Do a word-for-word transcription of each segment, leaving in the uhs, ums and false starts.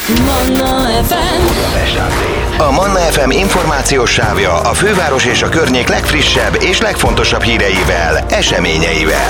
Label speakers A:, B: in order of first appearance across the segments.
A: Manna ef em.
B: A Manna ef em információs sávja a főváros és a környék legfrissebb és legfontosabb híreivel, eseményeivel.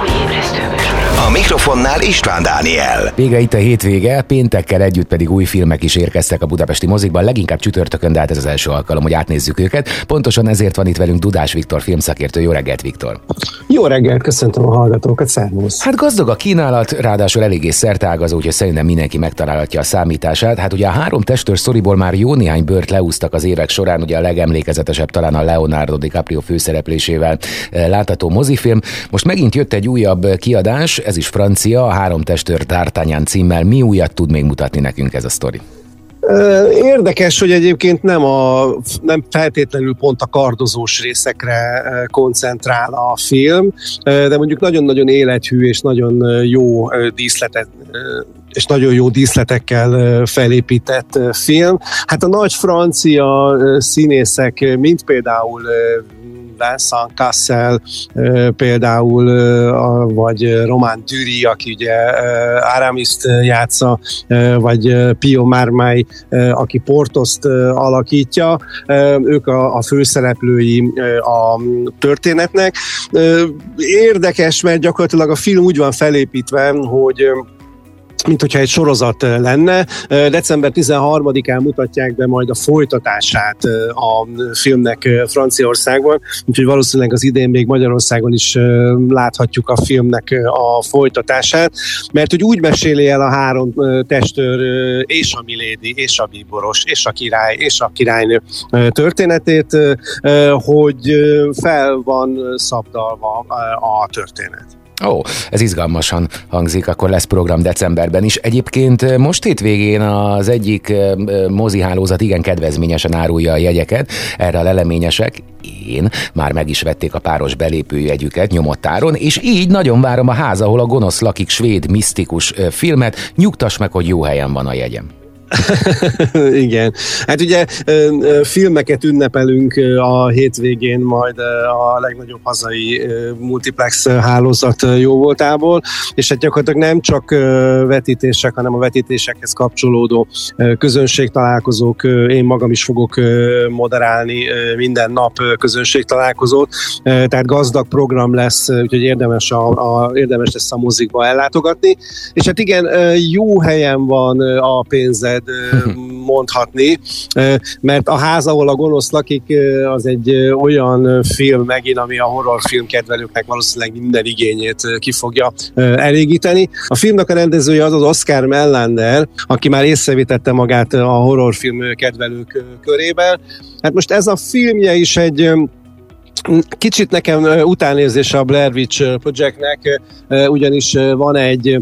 B: A mikrofonnál István Dániel.
C: Vége itt a hétvége, péntekkel együtt pedig új filmek is érkeztek a budapesti mozikban, leginkább csütörtökön, de hát ez az első alkalom, hogy átnézzük őket. Pontosan ezért van itt velünk Dudás Viktor filmszakértő. Jó reggelt, Viktor!
D: Jó reggelt, köszöntöm a hallgatókat, szervusz!
C: Hát gazdag a kínálat, ráadásul eléggé szerteágazó, úgyhogy szerintem mindenki megtalálhatja a számítását. Hát ugye a három testőr sztoriból már jó néhány bőrt leúztak az évek során, ugye a legemlékezetesebb talán a Leonardo DiCaprio főszereplésével látható mozifilm. Most megint jött egy újabb kiadás, ez is francia, a Három testőr D'Artagnan címmel. Mi újat tud még mutatni nekünk ez a sztori?
D: Érdekes, hogy egyébként nem, a, nem feltétlenül pont a kardozós részekre koncentrál a film, de mondjuk nagyon-nagyon élethű és nagyon jó díszletet és nagyon jó díszletekkel felépített film. Hát a nagy francia színészek, mint például Vincent Cassel, például, vagy Romain Duris, aki ugye Aramiszt játsza, vagy Pio Marmaille, aki Porthoszt alakítja. Ők a, a főszereplői a történetnek. Érdekes, mert gyakorlatilag a film úgy van felépítve, hogy mint hogyha egy sorozat lenne. december tizenharmadikán mutatják be majd a folytatását a filmnek Franciaországban, úgyhogy valószínűleg az idén még Magyarországon is láthatjuk a filmnek a folytatását, mert hogy úgy meséli el a három testőr és a Milédi, és a bíboros, és a király, és a királynő történetét, hogy fel van szabdalva a történet.
C: Ó, ez izgalmasan hangzik, akkor lesz program decemberben is. Egyébként most hétvégén az egyik mozihálózat igen kedvezményesen árulja a jegyeket, erre a leleményesek, én, már meg is vették a páros belépőjegyüket nyomott áron, és így nagyon várom a Ház, ahol a gonosz lakik svéd misztikus filmet. Nyugtass meg, hogy jó helyen van a jegyem.
D: Igen. Hát ugye filmeket ünnepelünk a hétvégén majd a legnagyobb hazai multiplex hálózat jóvoltából, és hát gyakorlatilag nem csak vetítések, hanem a vetítésekhez kapcsolódó közönségtalálkozók. Én magam is fogok moderálni minden nap közönségtalálkozót, tehát gazdag program lesz, úgyhogy érdemes, a, a, érdemes lesz a mozikba ellátogatni. És hát igen, jó helyen van a pénzed, mondhatni, mert a Ház, ahol a gonosz lakik, az egy olyan film megint, ami a horrorfilm kedvelőknek valószínűleg minden igényét ki fogja elégíteni. A filmnek a rendezője az az Oscar Melander, aki már észrevitette magát a horrorfilm kedvelők körében. Hát most ez a filmje is egy kicsit nekem utánérzése a Blair Witch Projectnek, ugyanis van egy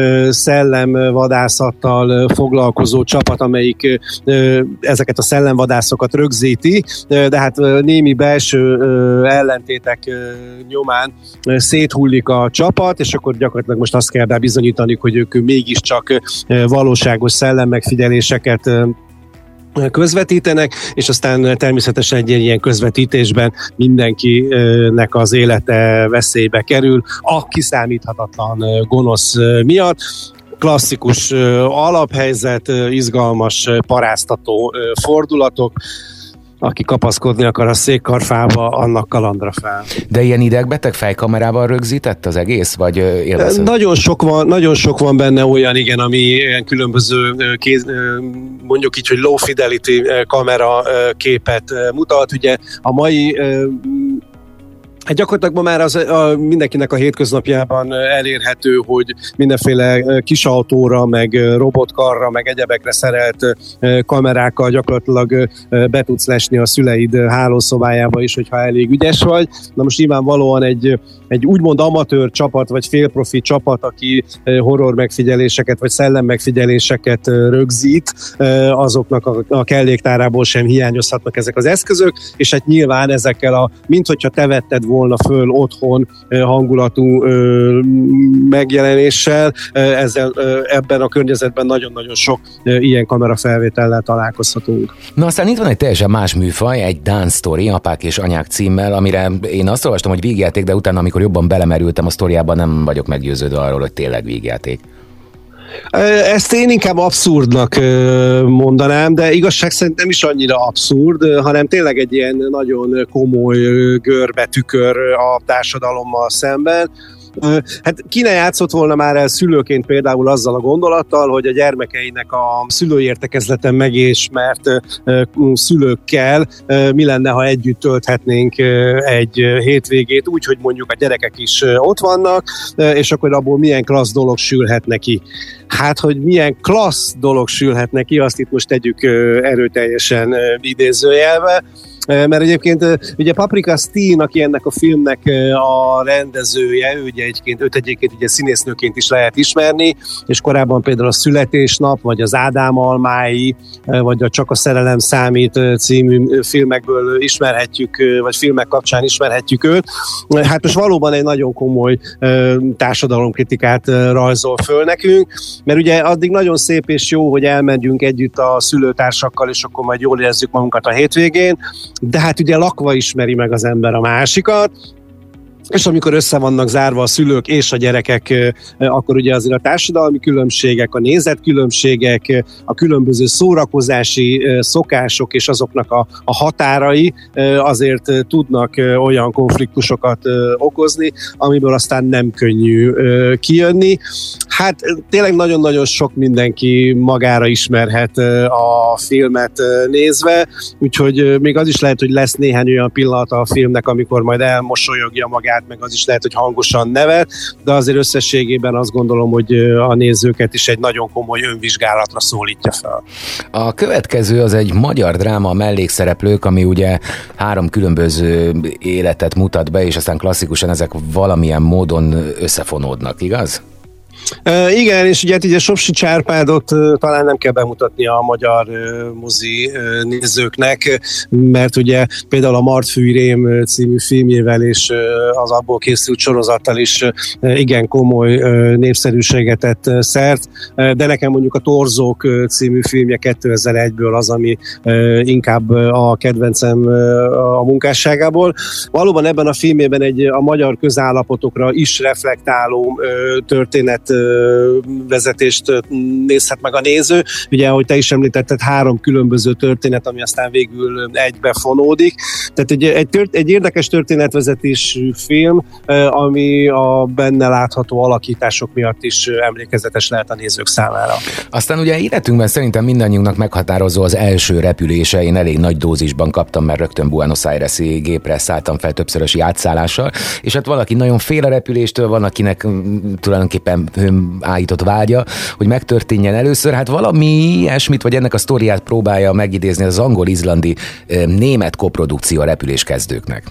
D: szellemvadászattal foglalkozó csapat, amelyik ezeket a szellemvadászokat rögzíti, de hát némi belső ellentétek nyomán széthullik a csapat, és akkor gyakorlatilag most azt kell bizonyítani, hogy ők mégiscsak valóságos szellemmegfigyeléseket közvetítenek, és aztán természetesen egy ilyen közvetítésben mindenkinek az élete veszélybe kerül a kiszámíthatatlan gonosz miatt. Klasszikus alaphelyzet, izgalmas, paráztató fordulatok. Aki kapaszkodni akar a székkarfába, annak kalandra fel.
C: De ilyen idegbeteg fejkamerával rögzített az egész, vagy élvező?
D: Nagyon sok van, nagyon sok van benne olyan, igen, ami ilyen különböző kéz, mondjuk így, hogy low fidelity kamera képet mutat. Ugye a mai Hát gyakorlatilag ma már az a, mindenkinek a hétköznapjában elérhető, hogy mindenféle kisautóra, meg robotkarra, meg egyebekre szerelt kamerákkal gyakorlatilag be tudsz lesni a szüleid hálószobájába is, hogyha elég ügyes vagy. Na most nyilvánvalóan egy, egy úgymond amatőr csapat, vagy félprofi csapat, aki horror megfigyeléseket, vagy szellem megfigyeléseket rögzít, azoknak a, a kelléktárából sem hiányozhatnak ezek az eszközök, és hát nyilván ezekkel a, mint hogyha te vetted volna föl otthon hangulatú megjelenéssel, ezzel ebben a környezetben nagyon-nagyon sok ilyen kamerafelvétellel találkozhatunk.
C: Na aztán itt van egy teljesen más műfaj, egy dán sztori, Apák és anyák címmel, amire én azt olvastam, hogy vígjáték, de utána, amikor jobban belemerültem a sztoriában, nem vagyok meggyőződve arról, hogy tényleg vígjáték.
D: Ezt én inkább abszurdnak mondanám, de igazság szerint nem is annyira abszurd, hanem tényleg egy ilyen nagyon komoly görbetükör a társadalommal szemben. Hát ki ne játszott volna már el szülőként például azzal a gondolattal, hogy a gyermekeinek a szülői értekezleten megismert szülőkkel mi lenne, ha együtt tölthetnénk egy hétvégét úgy, hogy mondjuk a gyerekek is ott vannak, és akkor abból milyen klassz dolog sülhet neki. Hát, hogy milyen klassz dolog sülhet neki, azt itt most tegyük erőteljesen idézőjelbe, mert egyébként ugye Paprika Steen, aki ennek a filmnek a rendezője, ő ugye egyébként, őt egyébként ugye színésznőként is lehet ismerni, és korábban például a Születésnap, vagy az Ádám almái, vagy a Csak a szerelem számít című filmekből ismerhetjük, vagy filmek kapcsán ismerhetjük őt. Hát most valóban egy nagyon komoly társadalomkritikát rajzol föl nekünk, mert ugye addig nagyon szép és jó, hogy elmegyünk együtt a szülőtársakkal, és akkor majd jól érezzük magunkat a hétvégén, de hát ugye lakva ismeri meg az ember a másikat, és amikor össze vannak zárva a szülők és a gyerekek, akkor ugye azért a társadalmi különbségek, a nézetkülönbségek, a különböző szórakozási szokások és azoknak a, a határai azért tudnak olyan konfliktusokat okozni, amiből aztán nem könnyű kijönni. Hát tényleg nagyon-nagyon sok mindenki magára ismerhet a filmet nézve, úgyhogy még az is lehet, hogy lesz néhány olyan pillanata a filmnek, amikor majd elmosolyogja magát, meg az is lehet, hogy hangosan nevet, de azért összességében azt gondolom, hogy a nézőket is egy nagyon komoly önvizsgálatra szólítja fel.
C: A következő az egy magyar dráma, a mellékszereplők, ami ugye három különböző életet mutat be, és aztán klasszikusan ezek valamilyen módon összefonódnak, igaz?
D: Uh, igen, és ugye, ugye Sopsi Csárpádot uh, talán nem kell bemutatni a magyar uh, mozi uh, nézőknek, mert ugye például a Martfűi Rém című filmjével és uh, az abból készült sorozattal is uh, igen komoly uh, népszerűséget tett uh, szert, uh, de nekem mondjuk a Torzók uh, című filmje kétezer-egyből az, ami uh, inkább uh, a kedvencem uh, a munkásságából. Valóban ebben a filmében egy a magyar közállapotokra is reflektáló uh, történet vezetést nézhet meg a néző. Ugye, ahogy te is említetted, három különböző történet, ami aztán végül egybe fonódik. Tehát egy, egy, tört, egy érdekes történetvezetésű film, ami a benne látható alakítások miatt is emlékezetes lehet a nézők számára.
C: Aztán ugye életünkben szerintem mindannyiunknak meghatározó az első repülése. Én elég nagy dózisban kaptam, mert rögtön Buenos Aires-i gépre szálltam fel többszörös átszállással, és hát valaki nagyon fél a repüléstől, van, akinek tulajdonképpen állított vágya, hogy megtörténjen először. Hát valami ilyesmit, vagy ennek a sztoriát próbálja megidézni az angol-izlandi német koprodukció a repüléskezdőknek.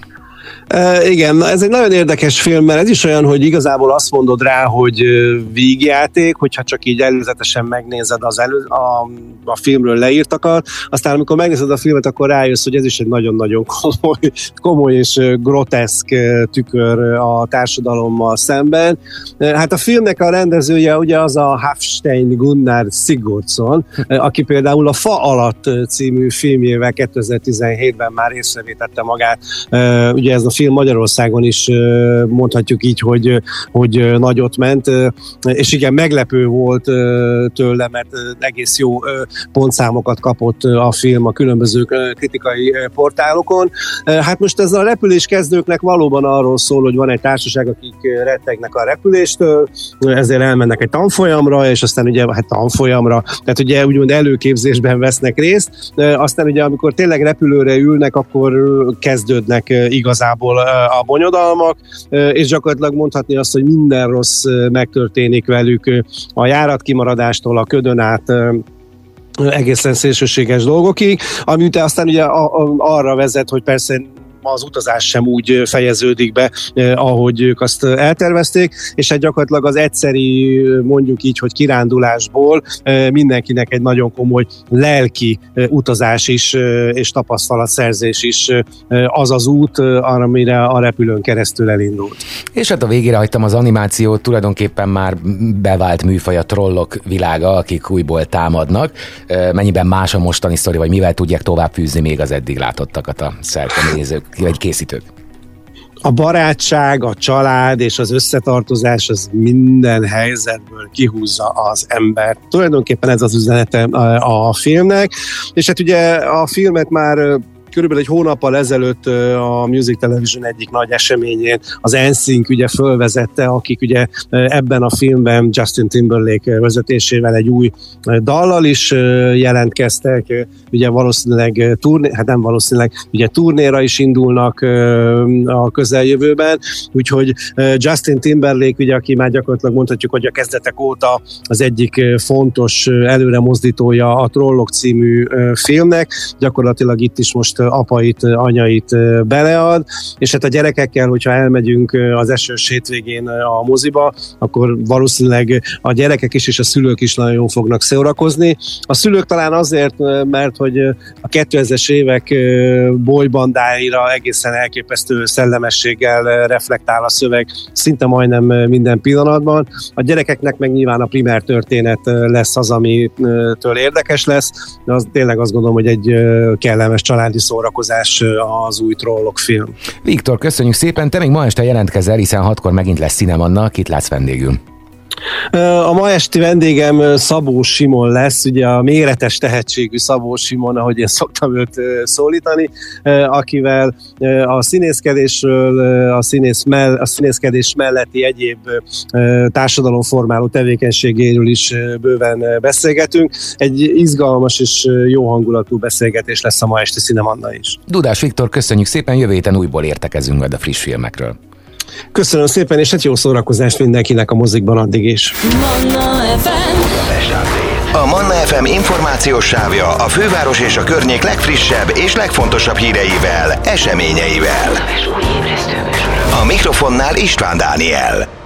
D: Uh, igen, na ez egy nagyon érdekes film, mert ez is olyan, hogy igazából azt mondod rá, hogy vígjáték, hogyha csak így előzetesen megnézed az elő, a, a filmről leírtakat, aztán amikor megnézed a filmet, akkor rájössz, hogy ez is egy nagyon-nagyon komoly, komoly és groteszk tükör a társadalommal szemben. Hát a filmnek a rendezője ugye az a Hafstein Gunnar Sigurdsson, aki például a Fa alatt című filmjével kétezer-tizenhétben már észrevétette magát. Ugye ez a film Magyarországon is mondhatjuk így, hogy, hogy nagyot ment, és igen, meglepő volt tőle, mert egész jó pontszámokat kapott a film a különböző kritikai portálokon. Hát most ez a repüléskezdőknek valóban arról szól, hogy van egy társaság, akik rettegnek a repüléstől, ezért elmennek egy tanfolyamra, és aztán ugye hát tanfolyamra, tehát ugye úgymond előképzésben vesznek részt, aztán ugye amikor tényleg repülőre ülnek, akkor kezdődnek igazából a bonyodalmak, és gyakorlatilag mondhatni azt, hogy minden rossz megtörténik velük, a járatkimaradástól a ködön át egészen szélsőséges dolgokig, ami aztán ugye arra vezet, hogy persze az utazás sem úgy fejeződik be, ahogy ők azt eltervezték, és hát gyakorlatilag az egyszeri, mondjuk így, hogy kirándulásból mindenkinek egy nagyon komoly lelki utazás is, és tapasztalatszerzés is az az út, amire a repülőn keresztül elindult.
C: És hát a végére hagytam az animációt, tulajdonképpen már bevált műfaj a trollok világa, akik újból támadnak. Mennyiben más a mostani sztori, vagy mivel tudják tovább fűzni még az eddig látottakat a szerkenézők, vagy készítők?
D: a barátság, a család és az összetartozás az minden helyzetből kihúzza az embert. Tulajdonképpen ez az üzenete a, a filmnek, és hát ugye a filmet már körülbelül egy hónappal ezelőtt a Music Television egyik nagy eseményén az en sync ugye fölvezette, akik ugye ebben a filmben Justin Timberlake vezetésével egy új dallal is jelentkeztek, ugye valószínűleg turné, hát nem valószínűleg, ugye turnéra is indulnak a közeljövőben, úgyhogy Justin Timberlake, ugye, aki már gyakorlatilag mondhatjuk, hogy a kezdetek óta az egyik fontos előremozdítója a Trollok című filmnek, gyakorlatilag itt is most apait, anyait belead, és hát a gyerekekkel, hogyha elmegyünk az esős hétvégén a moziba, akkor valószínűleg a gyerekek is és a szülők is nagyon fognak szórakozni. A szülők talán azért, mert hogy a kétezres évek bolybandáira egészen elképesztő szellemességgel reflektál a szöveg szinte majdnem minden pillanatban. A gyerekeknek meg nyilván a primer történet lesz az, amitől érdekes lesz, de az tényleg azt gondolom, hogy egy kellemes családi szórakozás az új Trollok film.
C: Viktor, köszönjük szépen, te még ma este jelentkezel, hiszen hatkor megint lesz Cinemanna, kit látsz vendégül?
D: A ma esti vendégem Szabó Simon lesz, ugye a méretes tehetségű Szabó Simon, ahogy én szoktam őt szólítani, akivel a színészkedésről, a, színész mell- a színészkedés melletti egyéb társadalomformáló tevékenységéről is bőven beszélgetünk. Egy izgalmas és jó hangulatú beszélgetés lesz a ma esti Cinemanna is.
C: Dudás Viktor, köszönjük szépen, jövő héten újból értekezünk majd a friss filmekről.
D: Köszönöm szépen, és hát jó szórakozást mindenkinek a mozikban addig is.
B: Manna ef em. A Manna ef em információs sávja a főváros és a környék legfrissebb és legfontosabb híreivel, eseményeivel. A mikrofonnál István Dániel.